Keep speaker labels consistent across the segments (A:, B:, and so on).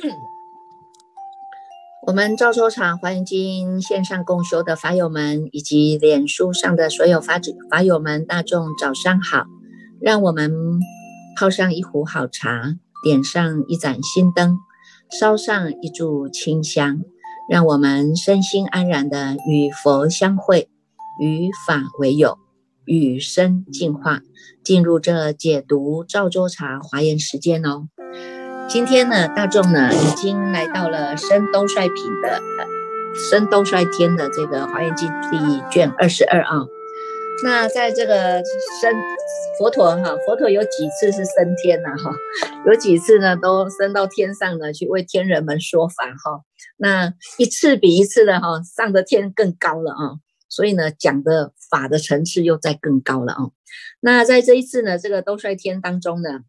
A: 我们赵州场华严经线上共修的法友们，以及脸书上的所有法友们，大众早上好！让我们泡上一壶好茶，点上一盏心灯，烧上一炷清香，让我们身心安然的与佛相会，与法为友，与生进化，进入这解读赵州茶华严时间哦。今天呢，大众呢已经来到了升兜率品的升兜率天的这个华严经第卷22啊。那在这个佛陀有几次是升天呢？有几次呢都升到天上呢去为天人们说法哈。那一次比一次的上的天更高了啊，所以呢讲的法的层次又再更高了啊。那在这一次呢，这个兜率天当中呢，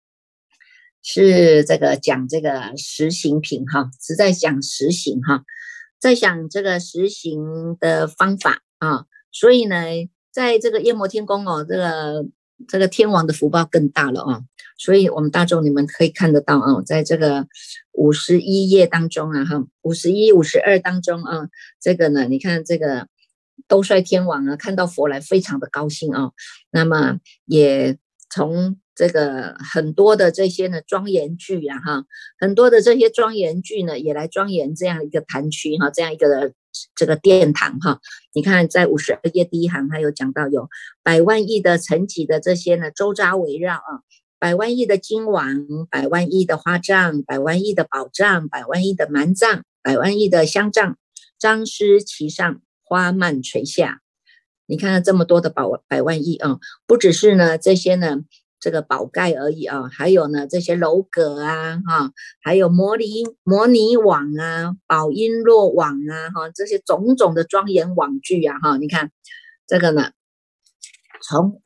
A: 是这个讲这个实行品哈，是在讲实行哈，在讲这个实行的方法啊。所以呢，在这个夜摩天宫哦，这个天王的福报更大了啊。所以我们大众你们可以看得到啊，在这个51页当中啊哈，51、52当中啊，这个呢，你看这个兜率天王啊，看到佛来非常的高兴啊，那么也从这个很多的这些呢庄严句啊哈，很多的这些庄严句呢也来庄严这样一个坛区哈，这样一个这个殿堂哈。你看在52页第一行，它有讲到有百万亿的层级的这些呢周匝围绕啊，百万亿的金王，百万亿的花帐，百万亿的宝帐，百万亿的蛮帐，百万亿的香帐，张施其上，花蔓垂下。你看这么多的百万亿啊，不只是呢这些呢这个宝盖而已啊，还有呢这些楼阁啊哈，还有摩尼网啊，宝璎珞网啊哈，这些种种的庄严网具啊哈。你看这个呢，从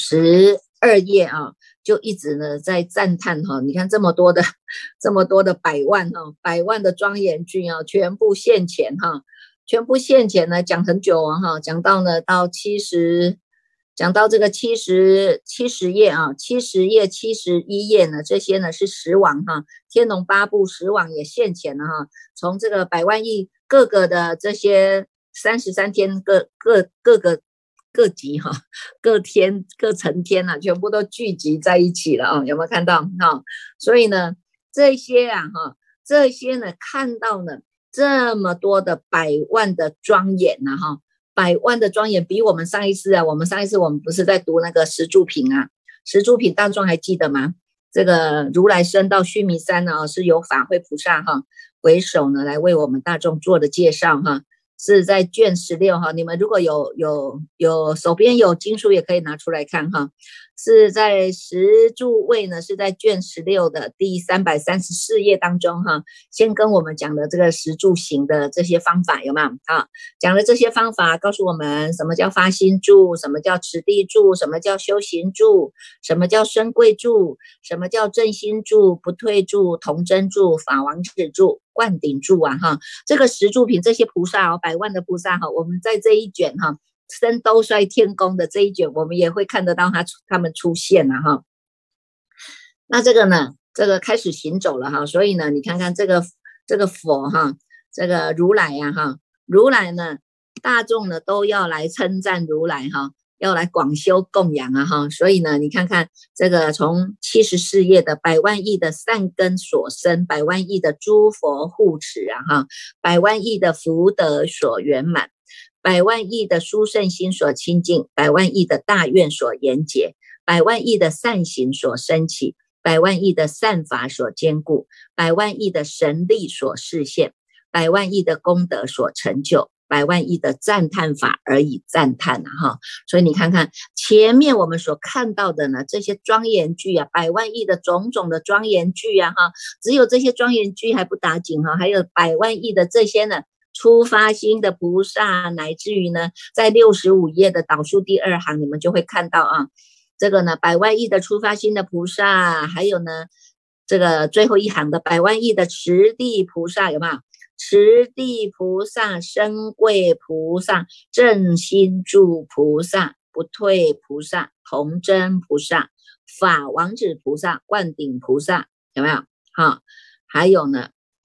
A: 52页啊，就一直呢在赞叹哈。你看这么多的百万的庄严具啊，全部现前哈。全部现前呢，讲很久啊哈，讲到呢到讲到这个70页啊，70页、71页呢，这些呢是十王哈，天龙八部十王也现前了哈。从这个百万亿各个的这些33天各级哈，各天各层天啊，全部都聚集在一起了啊，有没有看到哈？所以呢，这些啊哈，这些呢看到呢。这么多的百万的庄严呐哈，百万的庄严比我们上一次我们不是在读那个十住品啊，十住品当中还记得吗？这个如来升到须弥山呢，是由法会菩萨哈为首呢来为我们大众做的介绍哈，是在卷16哈，你们如果有手边有经书也可以拿出来看哈，是在十住位呢，是在卷16的第334页当中哈，先跟我们讲的这个十住行的这些方法有没有啊？讲的这些方法告诉我们什么叫发心住，什么叫持地住，什么叫修行住，什么叫深贵住，什么叫正心住、不退住、同真住、法王子住、灌顶住啊哈。这个十住品这些菩萨百万的菩萨哈，我们在这一卷哈升兜率天宫的这一卷，我们也会看得到他们出现了哈。那这个呢，这个开始行走了哈，所以呢，你看看这个佛哈，这个如来呀哈，如来呢，大众呢都要来称赞如来哈，要来广修供养啊哈，所以呢，你看看这个从74页的百万亿的善根所生，百万亿的诸佛护持啊哈，百万亿的福德所圆满，百万亿的殊胜心所清净，百万亿的大愿所严结，百万亿的善行所升起，百万亿的善法所坚固，百万亿的神力所示现，百万亿的功德所成就，百万亿的赞叹法而已赞叹啊哈。所以你看看前面我们所看到的呢，这些庄严句啊，百万亿的种种的庄严句啊哈，只有这些庄严句还不打紧哈，还有百万亿的这些呢初发心的菩萨，乃至于呢在65页的导数第2行，你们就会看到啊，这个呢百万亿的初发心的菩萨，还有呢这个最后一行的百万亿的持地菩萨，有没有？持地菩萨、深贵菩萨、正心住菩萨、不退菩萨、同真菩萨、法王子菩萨、灌顶菩萨，有没有？好，还有呢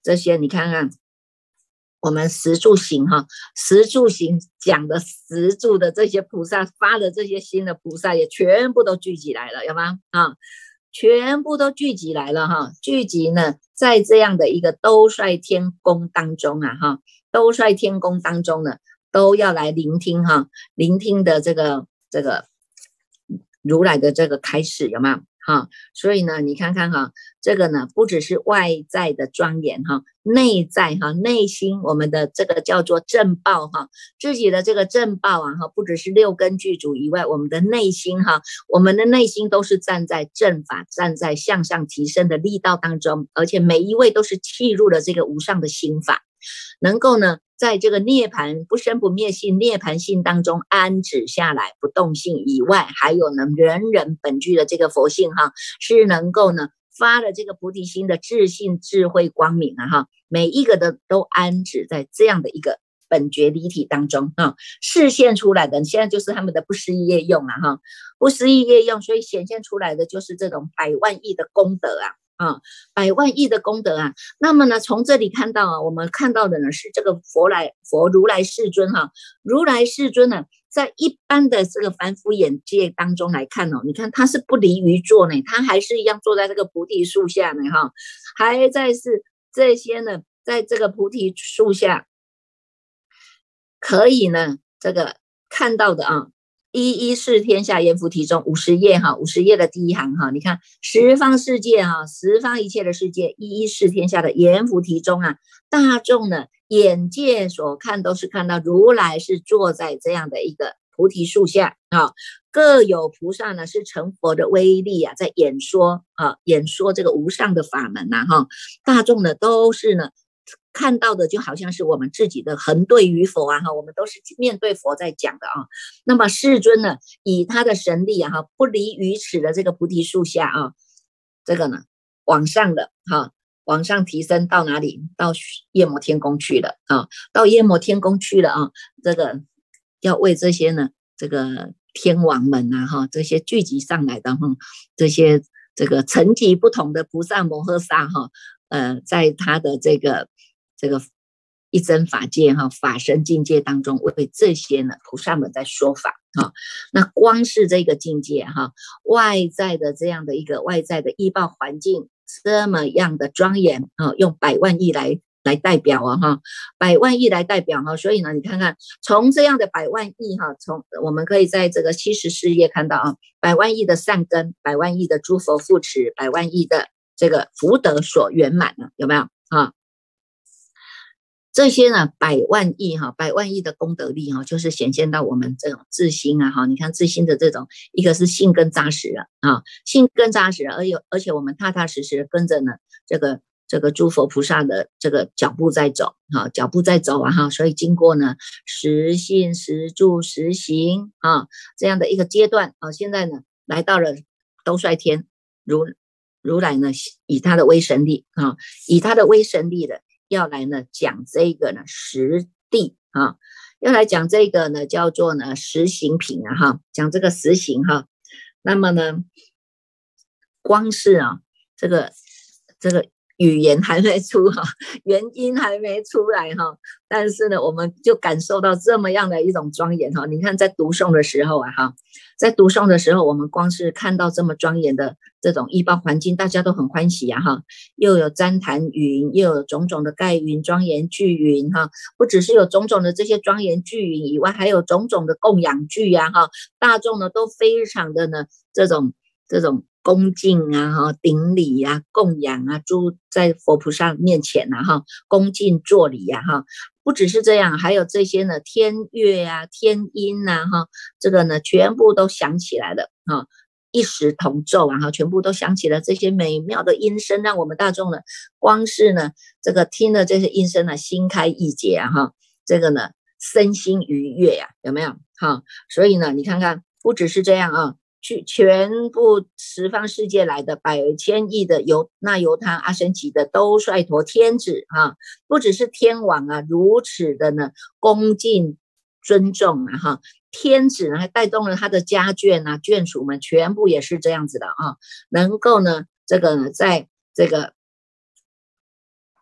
A: 这些你看看。我们十住行哈，十住行讲的十住的这些菩萨发的这些心的菩萨也全部都聚集来了，有吗？啊，全部都聚集来了哈，聚集呢在这样的一个兜率天宫当中啊哈，兜率天宫当中呢都要来聆听哈，聆听的这个如来的这个开示有没有？哈，所以呢，你看看哈，这个呢，不只是外在的庄严哈，内在哈，内心我们的这个叫做正报哈，自己的这个正报啊哈，不只是六根具足以外，我们的内心哈，我们的内心都是站在正法、站在向上提升的力道当中，而且每一位都是契入了这个无上的心法，能够呢。在这个涅槃不生不灭性涅槃性当中安止下来不动性以外，还有呢人人本具的这个佛性哈，是能够呢发了这个菩提心的智性智慧光明啊哈，每一个的都安止在这样的一个本觉离体当中啊，示现出来的现在就是他们的不思议业用啊哈，不思议业用，所以显现出来的就是这种百万亿的功德啊。百万亿的功德啊，那么呢，从这里看到啊，我们看到的呢是这个佛如来世尊哈，如来世尊呢，在一般的这个凡夫眼界当中来看哦，你看他是不离于坐呢，他还是一样坐在这个菩提树下呢哈，还在是这些呢，在这个菩提树下可以呢这个看到的啊。一一是天下阎浮提中50页哈，50页的第一行哈，你看十方世界哈，十方一切的世界，一一是天下的阎浮提中啊，大众呢眼界所看都是看到如来是坐在这样的一个菩提树下啊，各有菩萨呢是成佛的威力啊，在演说啊，演说这个无上的法门呐哈，大众呢都是呢。看到的就好像是我们自己的横对于佛啊哈，我们都是面对佛在讲的啊。那么世尊呢，以他的神力啊哈，不离于此的这个菩提树下啊，这个呢往上的哈，往上提升到哪里？到夜摩天宫去了啊，到夜摩天宫去了啊。这个要为这些呢，这个天王们啊哈，这些聚集上来的哈，这些这个层级不同的菩萨摩诃萨哈，在他的这个一真法界哈，法身境界当中，为这些呢菩萨们在说法哈。那光是这个境界哈，外在的这样的一个外在的依报环境这么样的庄严啊，用百万亿来代表啊哈，百万亿来代表哈，所以呢，你看看从这样的百万亿哈，从我们可以在这个74页看到啊，百万亿的善根，百万亿的诸佛护持，百万亿的这个福德所圆满了，有没有啊？这些呢，百万亿哈，百万亿的功德力哈，就是显现到我们这种自心啊哈。你看自心的这种，一个是性根扎实了啊，性根扎实了，而且我们踏踏实实的跟着呢这个诸佛菩萨的这个脚步在走哈，脚步在走啊哈。所以经过呢实信、实住、实行啊这样的一个阶段啊，现在呢来到了兜率天如来呢，以他的威神力啊，以他的威神力的。要来呢讲这个呢实地啊，要来讲这个呢叫做呢实行品啊哈，讲这个实行哈。那么呢，光是啊这个语言还没出哈，原因还没出来哈，但是呢，我们就感受到这么样的一种庄严哈。你看在读诵的时候啊哈，在读诵的时候，我们光是看到这么庄严的这种依报环境，大家都很欢喜啊哈。又有旃檀云，又有种种的盖云、庄严聚云哈，不只是有种种的这些庄严聚云以外，还有种种的供养具呀哈，大众呢都非常的呢这种恭敬啊哈，顶礼啊，供养啊，诸在佛菩萨面前啊哈，恭敬作礼啊哈。不只是这样，还有这些呢天乐啊、天音啊哈，这个呢全部都响起来了啊。一时同奏啊哈，全部都响起了这些美妙的音声，让我们大众呢，光是呢这个听了这些音声呢，心开意解啊哈，这个呢身心愉悦呀、有没有哈？所以呢，你看看，不只是这样啊。去全部十方世界来的百千亿的那由他阿僧祇的兜率陀天子啊，不只是天王啊，如此的呢恭敬尊重啊哈，天子呢还带动了他的家眷啊眷属们，全部也是这样子的啊，能够呢这个呢在这个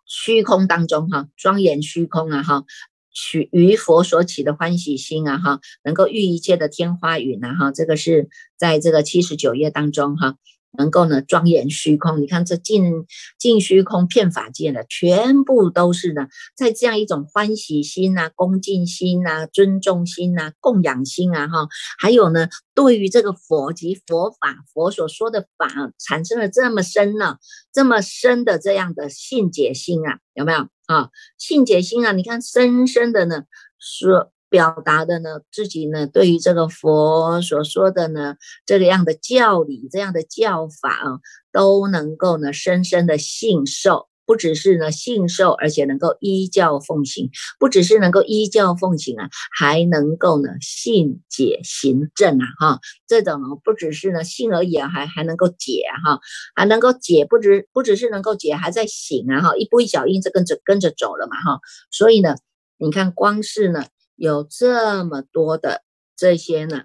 A: 虚空当中哈，庄严虚空啊哈，取于佛所起的欢喜心啊哈，能够御一切的天花云啊哈，这个是在这个79页当中哈，能够呢庄严虚空。你看这尽虚空遍法界的，全部都是呢，在这样一种欢喜心啊、恭敬心啊、尊重心啊、供养心啊哈，还有呢，对于这个佛及佛法、佛所说的法产生了这么深呢、这么深的这样的信解心啊，有没有啊？信解心啊，你看深深的呢，说表达的呢，自己呢对于这个佛所说的呢这个样的教理、这样的教法啊，都能够呢深深的信受。不只是呢信受，而且能够依教奉行；不只是能够依教奉行啊，还能够呢信解行证啊哈。这种呢不只是呢信而已啊，还能够解啊哈，还能够解，不只是能够解，还在行啊哈，一步一脚印就跟着走了嘛哈。所以呢，你看光是呢有这么多的这些呢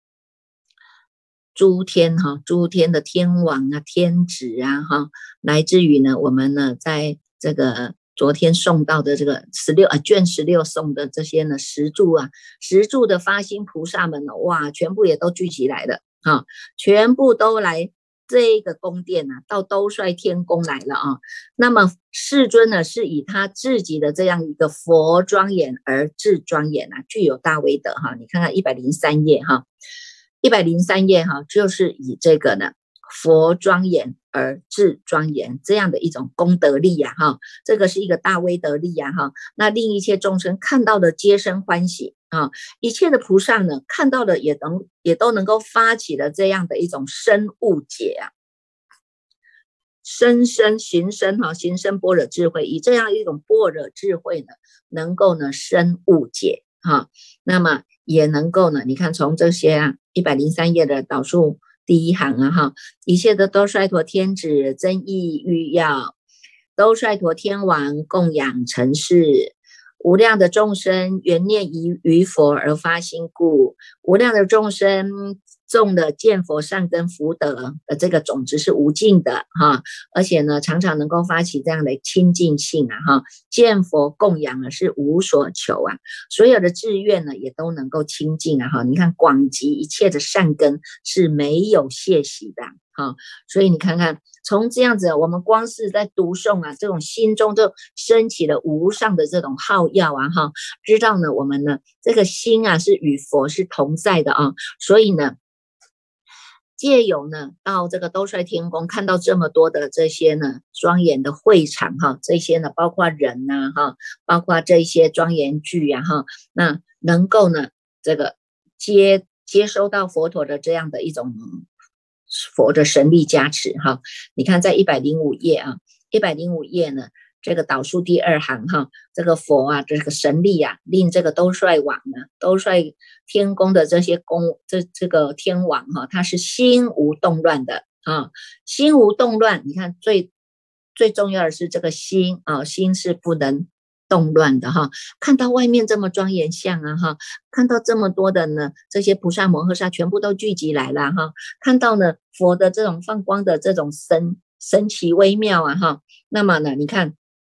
A: 诸天哈，诸天的天王啊、天子啊哈，来自于呢我们呢在这个昨天送到的这个卷16送的这些呢十柱的发心菩萨们呢，哇，全部也都聚集来了哈，全部都来这个宫殿啊，到兜率天宫来了啊。那么世尊呢，是以他自己的这样一个佛庄严而自庄严啊，具有大威德哈。你看看103页哈。103页哈，就是以这个呢佛庄严而自庄严这样的一种功德力呀哈，这个是一个大威德力呀哈。那令一切众生看到的皆生欢喜啊，一切的菩萨呢看到的也都能够发起了这样的一种深悟解啊。行深哈，行深般若智慧，以这样一种般若智慧呢，能够呢深悟解哈，那么也能够呢，你看从这些啊103页的导数第一行啊哈，一切的兜率陀天子增益欲要，兜率陀天王供养尘世。无量的众生缘念于佛而发心故，无量的众生种的见佛善根福德的这个种子是无尽的哈，而且呢常常能够发起这样的亲近性啊哈，见佛供养呢是无所求啊，所有的志愿呢也都能够亲近啊哈，你看广集一切的善根是没有歇息的哈，所以你看看从这样子，我们光是在读诵啊，这种心中就升起了无上的这种好耀啊哈，知道呢我们呢这个心啊是与佛是同在的啊，所以呢借由呢到这个兜率天宫看到这么多的这些呢庄严的会场哈，这些呢包括人呐哈，包括这些庄严具啊哈，那能够呢这个接收到佛陀的这样的一种佛的神力加持哈，你看在105页啊，105页呢这个导数第2行哈，这个佛啊这个神力啊，令这个兜率王呢，兜率天宫的这些这个天王哈，他是心无动乱的啊，心无动乱，你看最重要的是这个心啊，心是不能动乱的哈，看到外面这么庄严像啊哈，看到这么多的呢这些菩萨摩诃萨全部都聚集来了哈，看到呢佛的这种放光的这种神奇微妙啊哈，那么呢你看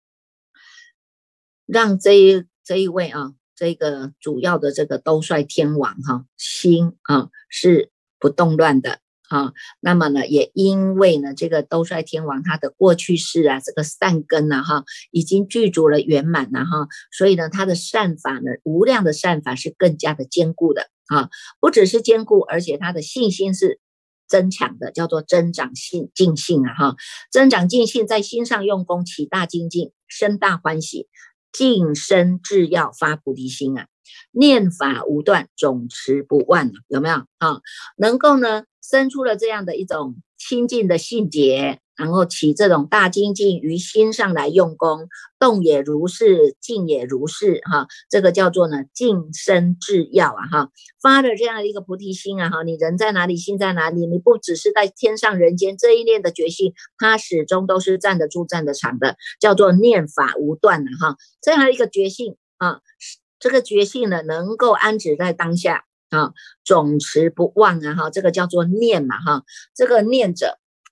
A: 让这一位啊这个主要的这个兜率天王哈，心啊是不动乱的啊，那么呢也因为呢这个兜率天王他的过去世啊这个善根啊哈已经具足了圆满了哈，所以呢他的善法呢无量的善法是更加的坚固的啊，不只是坚固，而且他的信心是增强的，叫做增长尽性啊哈，增长尽性在心上用功起大精进，生大欢喜，净身制药发菩提心啊，念法无断，总持不忘，有没有啊？能够呢生出了这样的一种清净的性结，然后起这种大精进于心上来用功，动也如是，静也如是哈，这个叫做呢净身制药啊哈，发了这样的一个菩提心啊哈，你人在哪里心在哪里，你不只是在天上人间这一念的决心，它始终都是站得住站得长的，叫做念法无断啊哈，这样的一个决心啊，这个决心呢能够安止在当下啊，总持不忘啊哈，这个叫做念嘛哈，这个念者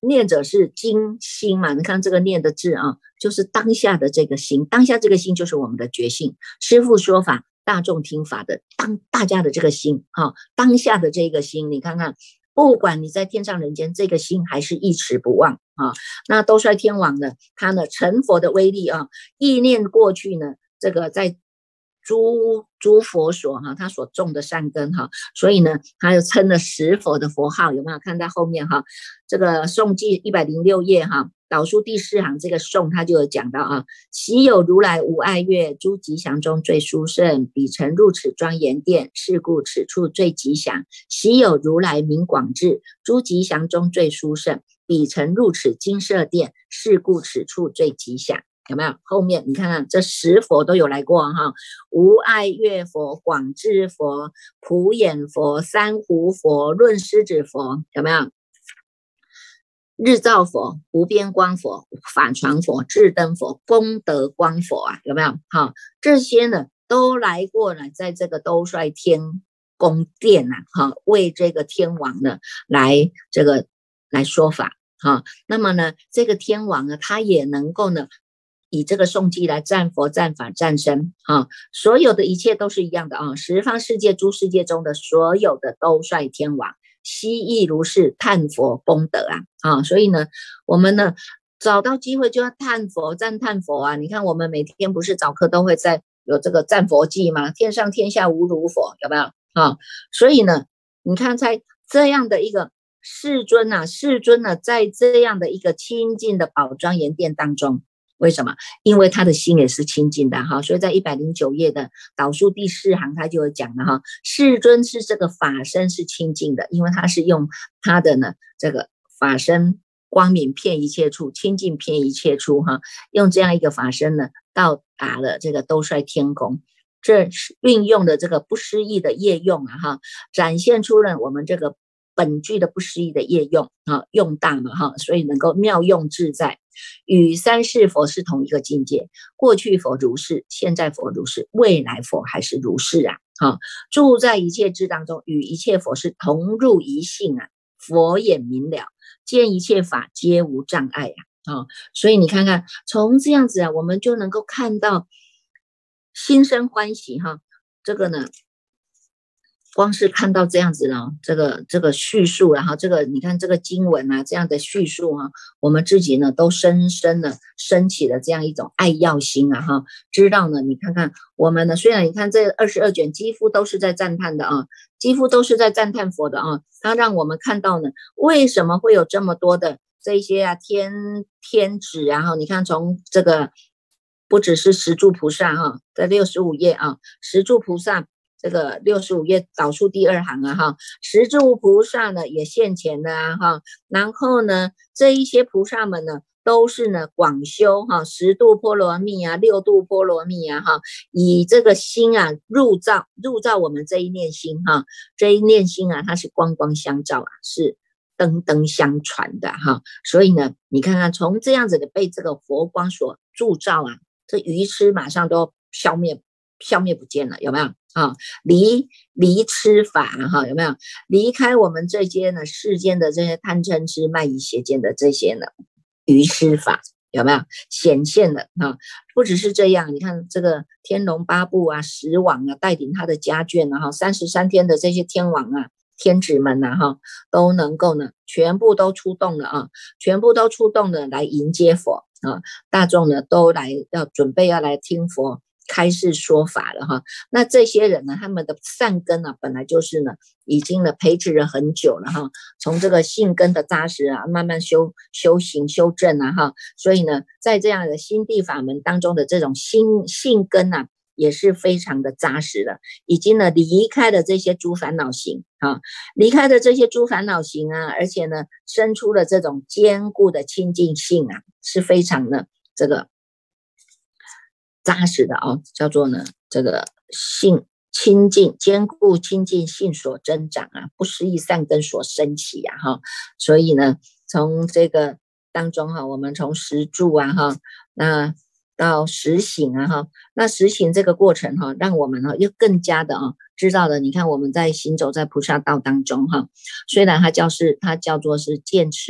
A: 念者是今心嘛，你看这个念的字啊，就是当下的这个心，当下这个心就是我们的觉性。师父说法，大众听法的大家的这个心啊，当下的这个心，你看看，不管你在天上人间，这个心还是一持不忘啊。那兜率天王呢，他呢成佛的威力啊，意念过去呢，这个在诸佛所哈，他所种的善根哈，所以呢，他又称了十佛的佛号，有没有看到后面哈？这个颂记106页哈，导数第4行这个颂，他就有讲到啊，昔有如来无爱乐，诸吉祥中最殊胜，彼曾入此庄严殿，是故此处最吉祥。昔有如来名广智，诸吉祥中最殊胜，彼曾入此金色殿，是故此处最吉祥。有没有？后面你看看，这10佛都有来过哈，无爱乐佛、广智佛、普眼佛、三胡佛、论师子佛，有没有？日照佛、无边光佛、法传佛、智灯佛、功德光佛啊，有没有？好，这些呢都来过了，在这个兜率天宫殿啊，哈，为这个天王呢来说法哈。那么呢，这个天王呢，他也能够呢。以这个颂记来赞佛、赞法、赞僧啊，所有的一切都是一样的啊！十方世界、诸世界中的所有的兜率天王，悉亦如是叹佛功德啊！所以呢，我们呢找到机会就要叹佛、赞叹佛啊！你看我们每天不是早课都会在有这个赞佛记吗？天上天下无如佛，有没有啊？所以呢，你看在这样的一个世尊呢，在这样的一个清净的宝庄严殿当中。为什么？因为他的心也是清净的哈，所以在109页的导数第4行，他就有讲了哈，世尊是这个法身是清净的，因为他是用他的呢这个法身光明遍一切处，清净遍一切处哈，用这样一个法身呢，到达了这个兜率天宫，这运用的这个不思议的业用哈，展现出了我们这个本具的不思议的业用啊，用大嘛哈，所以能够妙用自在。与三世佛是同一个境界，过去佛如是，现在佛如是，未来佛还是如是啊！住在一切智当中，与一切佛是同入一性啊！佛眼明了，见一切法皆无障碍啊！所以你看看，从这样子啊，我们就能够看到心生欢喜哈！这个呢。光是看到这样子呢，这个叙述，然后这个你看这个经文啊，这样的叙述哈，我们自己呢都深深的升起了这样一种爱要心啊哈，知道呢，你看看我们呢，虽然你看这22卷几乎都是在赞叹的啊，几乎都是在赞叹佛的啊，它让我们看到呢，为什么会有这么多的这些啊天子啊哈，你看从这个不只是十住菩萨哈，在65页啊，十住菩萨。这个65页导数第2行啊哈，十住菩萨呢也现前的啊哈，然后呢这一些菩萨们呢都是呢广修哈10度波罗蜜啊6度波罗蜜啊哈，以这个心啊入照我们这一念心哈，这一念心啊它是光光相照啊，是灯灯相传的哈，所以呢你看看从这样子的被这个佛光所铸照啊，这愚痴马上都消灭不见了，有没有啊？离痴法哈，有没有离开我们这些呢世间的这些贪嗔痴慢疑邪见的这些呢愚痴法，有没有显现了啊？不只是这样，你看这个天龙八部啊、10王啊，带领他的家眷啊，哈，33天的这些天王啊、天子们啊，哈，都能够呢全部都出动了啊，全部都出动了来迎接佛啊，大众呢都准备要来听佛。开示说法了哈，那这些人呢，他们的善根啊，本来就是呢，已经呢培植了很久了哈，从这个性根的扎实啊，慢慢修行修正啊哈，所以呢，在这样的心地法门当中的这种性根啊，也是非常的扎实的，已经呢离开了这些诸烦恼行啊，离开了这些诸烦恼行啊，而且呢，生出了这种坚固的清净性啊，是非常的这个。扎实的啊，叫做呢这个性清净坚固清净性所增长啊，不思议善根所升起啊哈，所以呢从这个当中哈，我们从十住啊哈，那到十行啊哈，那十行这个过程哈，让我们又更加的知道了。你看我们在行走在菩萨道当中哈，虽然它叫做是见次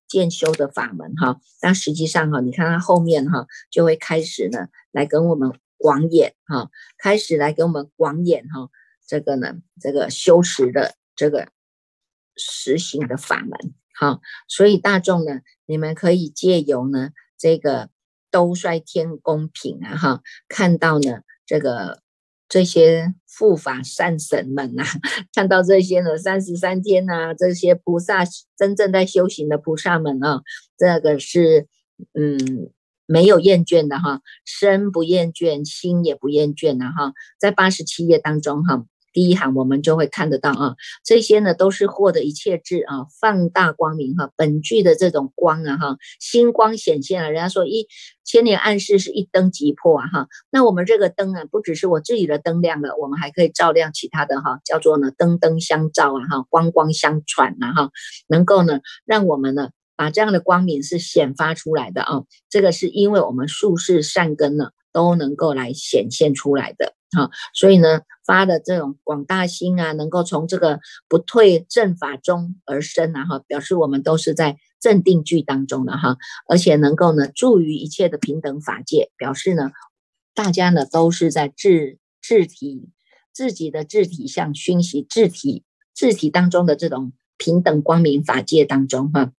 A: 渐修的法门哈。但实际上哈，你看它后面哈，就会开始呢来跟我们广演哈，开始来给我们广演哈，这个呢，这个修持的这个实行的法门哈。所以大众呢，你们可以借由呢这个兜率天宫品啊哈，看到呢这些护法善神们呐、看到这些呢33天呐、这些菩萨真正在修行的菩萨们啊，这个是没有厌倦的哈，身不厌倦，心也不厌倦的哈。在87页当中哈，第一行我们就会看得到啊，这些呢都是获得一切智啊，放大光明哈，本具的这种光啊哈，星光显现了。人家说千年暗示是一灯即破啊哈，那我们这个灯啊，不只是我自己的灯亮了，我们还可以照亮其他的哈，叫做呢灯灯相照啊哈，光光相传啊哈，能够呢让我们呢把这样的光明是显发出来的啊，这个是因为我们术士善根呢都能够来显现出来的啊，所以呢发的这种广大心啊，能够从这个不退正法中而生啊哈，表示我们都是在正定句当中的哈，而且能够呢助于一切的平等法界，表示呢大家呢都是在自己的自体相熏习自体当中的这种平等光明法界当中哈。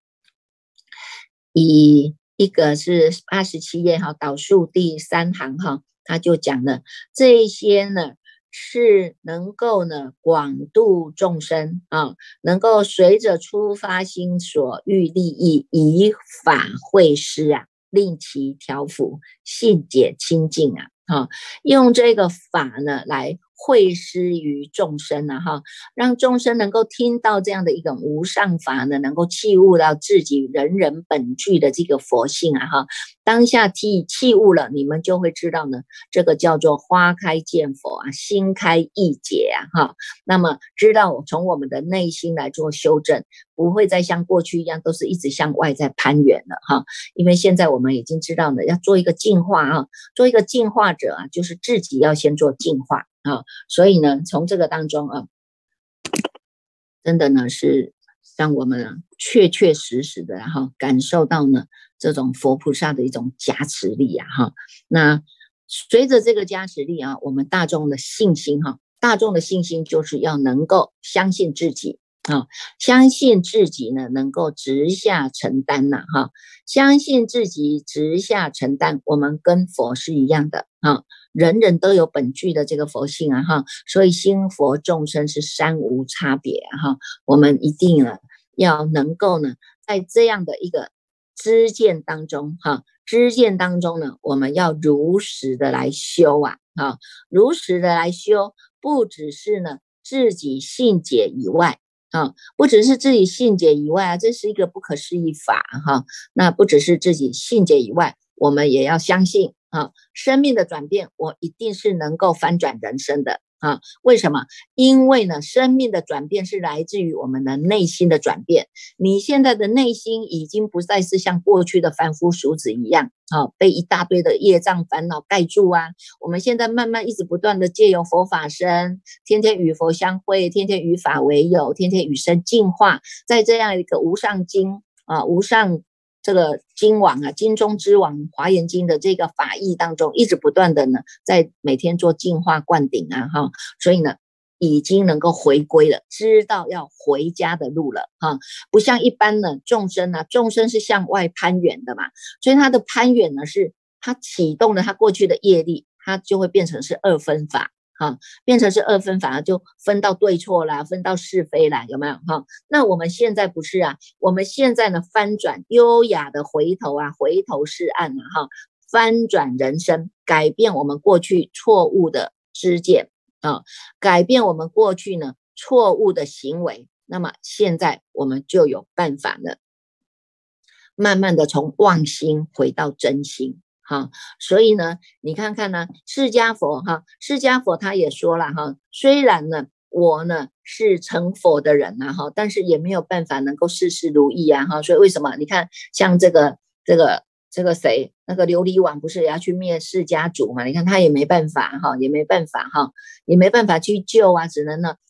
A: 以一个是87页哈，导数第3行哈，他就讲了这些呢是能够呢广度众生啊，能够随着出发心所欲利益，以法会施啊，令其调伏，信解清净啊，用这个法呢来会施于众生啊哈，让众生能够听到这样的一种无上法呢，能够契悟到自己人人本具的这个佛性啊哈，当下契悟了，你们就会知道呢，这个叫做花开见佛啊，心开意解啊哈，那么知道从我们的内心来做修正，不会再像过去一样都是一直向外在攀援了哈，因为现在我们已经知道呢，要做一个净化啊，做一个净化者啊，就是自己要先做净化啊，所以呢，从这个当中啊，真的呢是让我们确确实实的哈感受到呢这种佛菩萨的一种加持力啊哈。那随着这个加持力啊，我们大众的信心哈，大众的信心就是要能够相信自己啊，相信自己呢能够直下承担呐哈，相信自己直下承担，我们跟佛是一样的啊。人人都有本具的这个佛性啊哈，所以心佛众生是三无差别哈，我们一定呢要能够呢在这样的一个知见当中哈，知见当中呢，我们要如实的来修啊，如实的来修，不只是呢自己信解以外啊，不只是自己信解以外啊，这是一个不可思议法哈，那不只是自己信解以外，我们也要相信啊，生命的转变，我一定是能够翻转人生的啊。为什么？因为呢，生命的转变是来自于我们的内心的转变。你现在的内心已经不再是像过去的凡夫俗子一样啊，被一大堆的业障烦恼盖住啊。我们现在慢慢一直不断的借由佛法身，天天与佛相会，天天与法为友，天天与生净化，在这样一个无上经啊，无上这个经网啊，经中之王华严经的这个法义当中，一直不断的呢，在每天做净化灌顶啊哈，所以呢，已经能够回归了，知道要回家的路了哈，不像一般的众生啊，众生是向外攀援的嘛，所以他的攀援呢，是他启动了他过去的业力，他就会变成是二分法。变成是二分法，就分到对错啦，分到是非啦，有没有哈？那我们现在不是啊，我们现在呢翻转优雅的回头啊，回头是岸啊哈，翻转人生，改变我们过去错误的知见啊，改变我们过去呢错误的行为，那么现在我们就有办法了，慢慢的从妄心回到真心。所以呢，你看看呢，释迦佛释迦佛他也说了哈，虽然呢我呢是成佛的人啊哈，但是也没有办法能够事事如意啊哈，所以为什么？你看像这个谁，那个琉璃王不是也要去灭释迦族嘛？你看他也没办法哈，也没办法去救啊，只能呢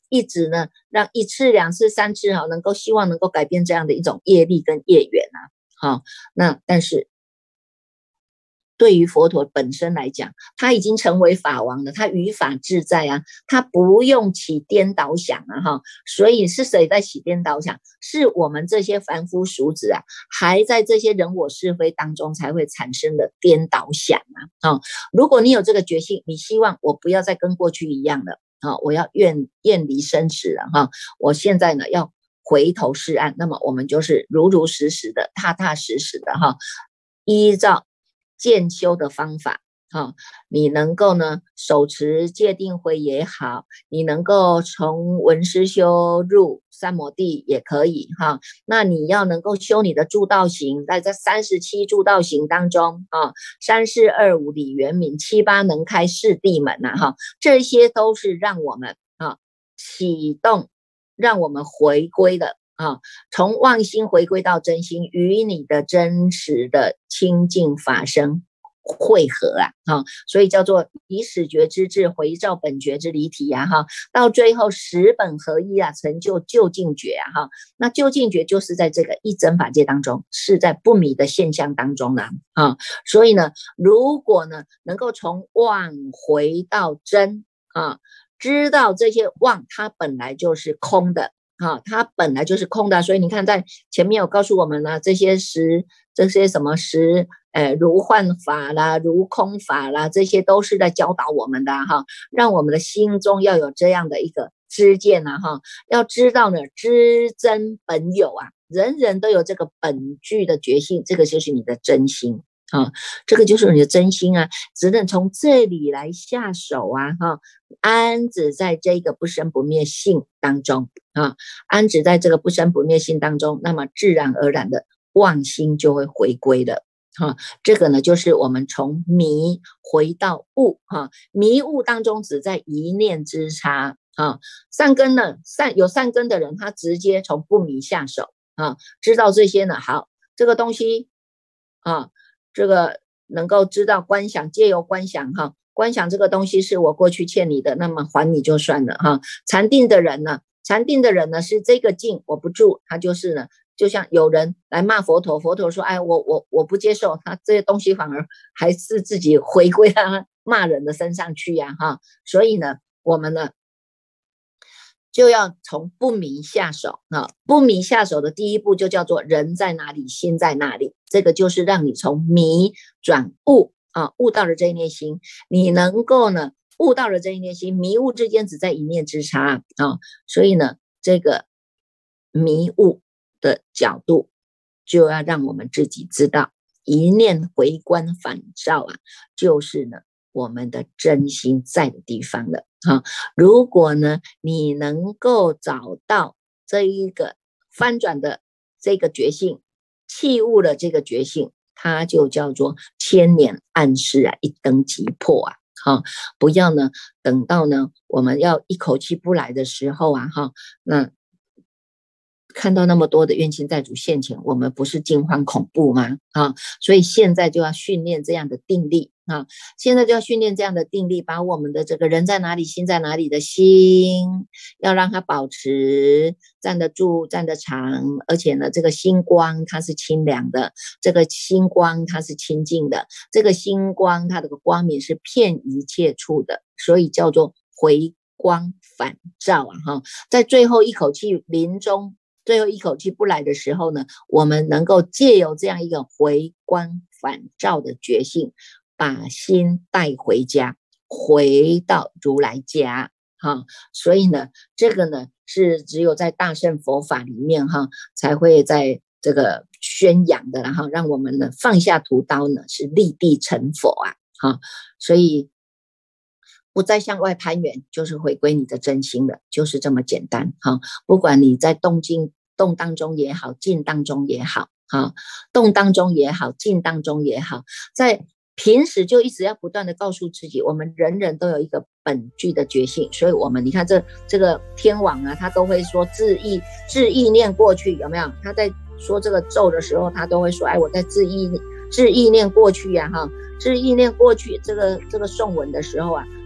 A: 一直呢让一次两次三次哈，希望能够改变这样的一种业力跟业缘啊。好，那但是对于佛陀本身来讲，他已经成为法王了，他于法自在啊，他不用起颠倒想啊哈。所以是谁在起颠倒想？是我们这些凡夫俗子啊，还在这些人我是非当中才会产生的颠倒想啊。如果你有这个决心，你希望我不要再跟过去一样了啊，我要远离生死了哈。我现在呢要回头是岸，那么我们就是如如实实的、踏踏实实的哈，依照渐修的方法，你能够呢手持戒定慧也好，你能够从闻思修入三摩地也可以哈。那你要能够修你的助道行，在这37助道行当中啊，3、4、2、5理圆明，7、8能开四谛门呐哈，这些都是让我们启动，让我们回归的。从妄心回归到真心，与你的真实的清净法身汇合所以叫做以始觉之智回照本觉之离体到最后十本合一成就究竟觉那究竟觉就是在这个一真法界当中，是在不迷的现象当中所以呢，如果呢能够从妄回到真知道这些妄它本来就是空的它本来就是空的，所以你看在前面有告诉我们呢，这些什么实如幻法啦，如空法啦，这些都是在教导我们的让我们的心中要有这样的一个知见要知道呢，知真本有人人都有这个本具的觉性，这个就是你的真心这个就是你的真心只能从这里来下手安止在这个不生不灭性当中安止在这个不生不灭性当中，那么自然而然的妄心就会回归了这个呢就是我们从迷回到悟迷悟当中只在一念之差善根呢有善根的人，他直接从不迷下手知道这些呢，好，这个东西这个能够知道观想，借由观想观想这个东西是我过去欠你的，那么还你就算了禅定的人呢是这个境我不住，他就是呢就像有人来骂佛陀，佛陀说哎我不接受，他这些东西反而还是自己回归他骂人的身上去所以呢我们呢就要从不迷下手不迷下手的第一步就叫做人在哪里心在哪里，这个就是让你从迷转悟悟到了这一念心，你能够呢悟到了这一念心，迷悟之间只在一念之差所以呢这个迷悟的角度就要让我们自己知道，一念回观反照就是呢我们的真心在的地方了如果呢你能够找到这一个翻转的这个觉性，弃悟了这个觉性，它就叫做千年暗示一灯即破不要呢等到呢我们要一口气不来的时候那看到那么多的冤亲债主现前，我们不是惊慌恐怖吗所以现在就要训练这样的定力现在就要训练这样的定力，把我们的这个人在哪里心在哪里的心要让它保持站得住站得长，而且呢这个心光它是清凉的，这个心光它是清净的，这个心光它的光明是遍一切处的，所以叫做回光返照在最后一口气临终最后一口气不来的时候呢，我们能够借由这样一个回光返照的觉性，把心带回家，回到如来家所以呢这个呢是只有在大乘佛法里面才会在这个宣扬的，然后让我们呢放下屠刀呢是立地成佛所以不再向外攀援，就是回归你的真心了，就是这么简单不管你在动当中也好，静当中也好动当中也好，静当中也好，在平时就一直要不断的告诉自己，我们人人都有一个本具的觉性，所以我们你看这个天王他都会说自意念过去，有没有？他在说这个咒的时候，他都会说我在自意念过去自意念过去这个诵文的时候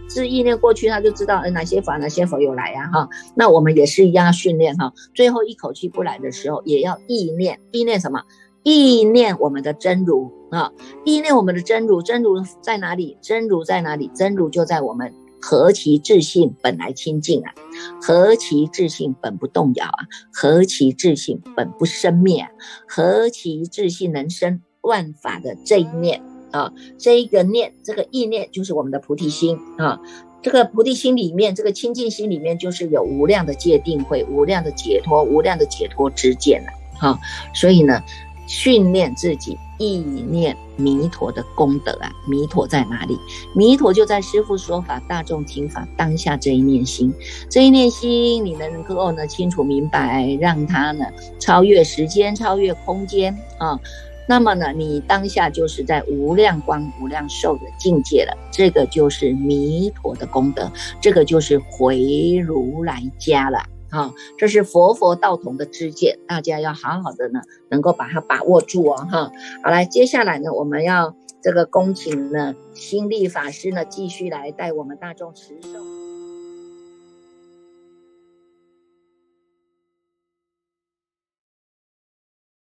A: 是意念过去，他就知道哪些法有来啊哈。那我们也是一样要训练哈，最后一口气不来的时候，也要意念什么？意念我们的真如啊，意念我们的真如，真如在哪里？真如在哪里？真如就在我们何其自信本来清净啊，何其自信本不动摇啊，何其自信本不生灭啊，何其自信能生万法的这一念啊，这一个念，这个意念就是我们的菩提心啊。这个菩提心里面，这个清净心里面，就是有无量的界定慧，无量的解脱，无量的解脱之见啊。所以呢，训练自己意念弥陀的功德啊，弥陀在哪里？弥陀就在师父说法，大众听法当下这一念心，这一念心你能够呢清楚明白，让它呢超越时间，超越空间啊。那么呢，你当下就是在无量光无量寿的境界了，这个就是弥陀的功德，这个就是回如来家了。这是佛道同的知见，大家要好好的呢，能够把它把握住哦哈。好，来，接下来呢，我们要这个恭请呢心力法师呢继续来带我们大众持诵。